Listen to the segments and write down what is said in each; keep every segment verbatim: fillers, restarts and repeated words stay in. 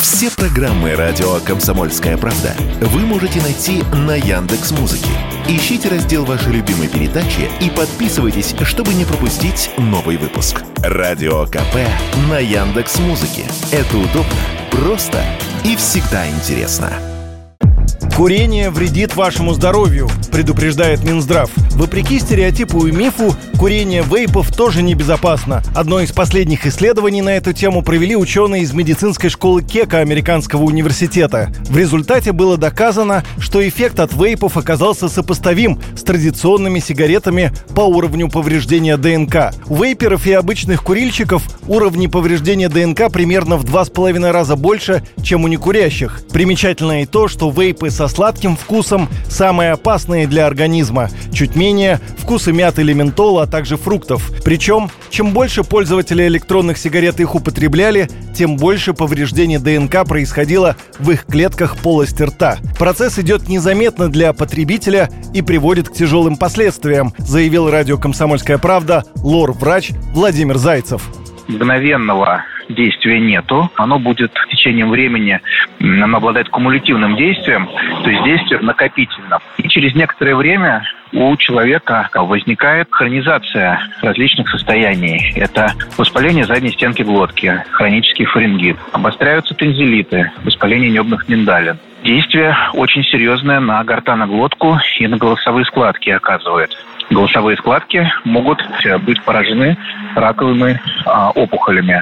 Все программы радио «Комсомольская правда» вы можете найти на Яндекс.Музыке. Ищите раздел вашей любимой передачи и подписывайтесь, чтобы не пропустить новый выпуск. Радио КП на Яндекс.Музыке. Это удобно, просто и всегда интересно. Курение вредит вашему здоровью, предупреждает Минздрав. Вопреки стереотипу и мифу, курение вейпов тоже небезопасно. Одно из последних исследований на эту тему провели ученые из медицинской школы Кека Американского университета. В результате было доказано, что эффект от вейпов оказался сопоставим с традиционными сигаретами по уровню повреждения ДНК. У вейперов и обычных курильщиков уровни повреждения ДНК примерно в два с половиной раза больше, чем у некурящих. Примечательно и то, что вейпы со сладким вкусом самые опасные для организма. Чуть менее вкусы мяты или ментола, а также фруктов. Причем, чем больше пользователи электронных сигарет их употребляли, тем больше повреждений ДНК происходило в их клетках полости рта. Процесс идет незаметно для потребителя и приводит к тяжелым последствиям, заявил радио «Комсомольская правда» лор-врач Владимир Зайцев. Мгновенного действия нету. Оно будет с течением времени, оно обладает кумулятивным действием, то есть действие накопительно. И через некоторое время у человека возникает хронизация различных состояний. Это воспаление задней стенки глотки, хронический фарингит, обостряются тонзиллиты, воспаление небных миндалин. Действие очень серьезное на гортаноглотку и на голосовые складки оказывает. Голосовые складки могут быть поражены раковыми а, опухолями.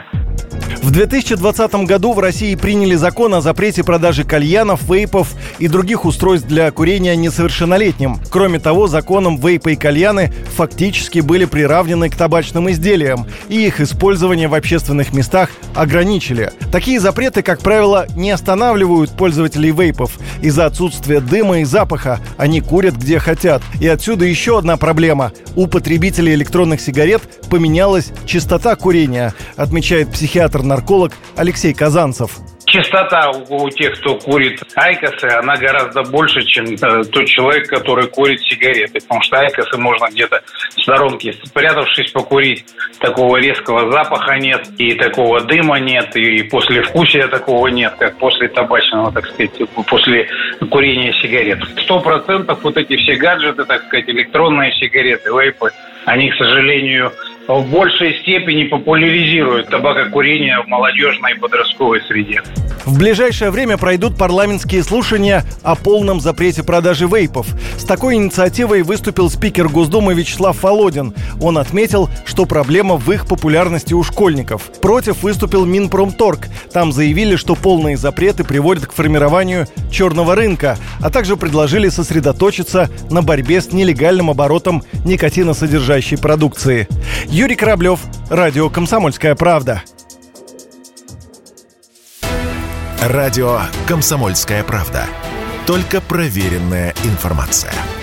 В две тысячи двадцатом году в России приняли закон о запрете продажи кальянов, вейпов и других устройств для курения несовершеннолетним. Кроме того, законом вейпы и кальяны фактически были приравнены к табачным изделиям, и их использование в общественных местах ограничили. Такие запреты, как правило, не останавливают пользователей вейпов. Из-за отсутствия дыма и запаха они курят где хотят. И отсюда еще одна проблема. У потребителей электронных сигарет поменялась частота курения, отмечает психиатр-нарколог Алексей Казанцев. Частота у, у тех, кто курит айкосы, она гораздо больше, чем э, тот человек, который курит сигареты. Потому что айкосы можно где-то в сторонке, спрятавшись, покурить. Такого резкого запаха нет, и такого дыма нет, и послевкусия такого нет, как после табачного, так сказать, после курения сигарет. Сто процентов вот эти все гаджеты, так сказать, электронные сигареты, вейпы, они, к сожалению, в большей степени популяризируют табакокурение в молодежной и подростковой среде. В ближайшее время пройдут парламентские слушания о полном запрете продажи вейпов. С такой инициативой выступил спикер Госдумы Вячеслав Володин. Он отметил, что проблема в их популярности у школьников. Против выступил Минпромторг. Там заявили, что полные запреты приводят к формированию черного рынка, а также предложили сосредоточиться на борьбе с нелегальным оборотом никотиносодержащей продукции. Юрий Кораблев, радио «Комсомольская правда». Радио «Комсомольская правда». Только проверенная информация.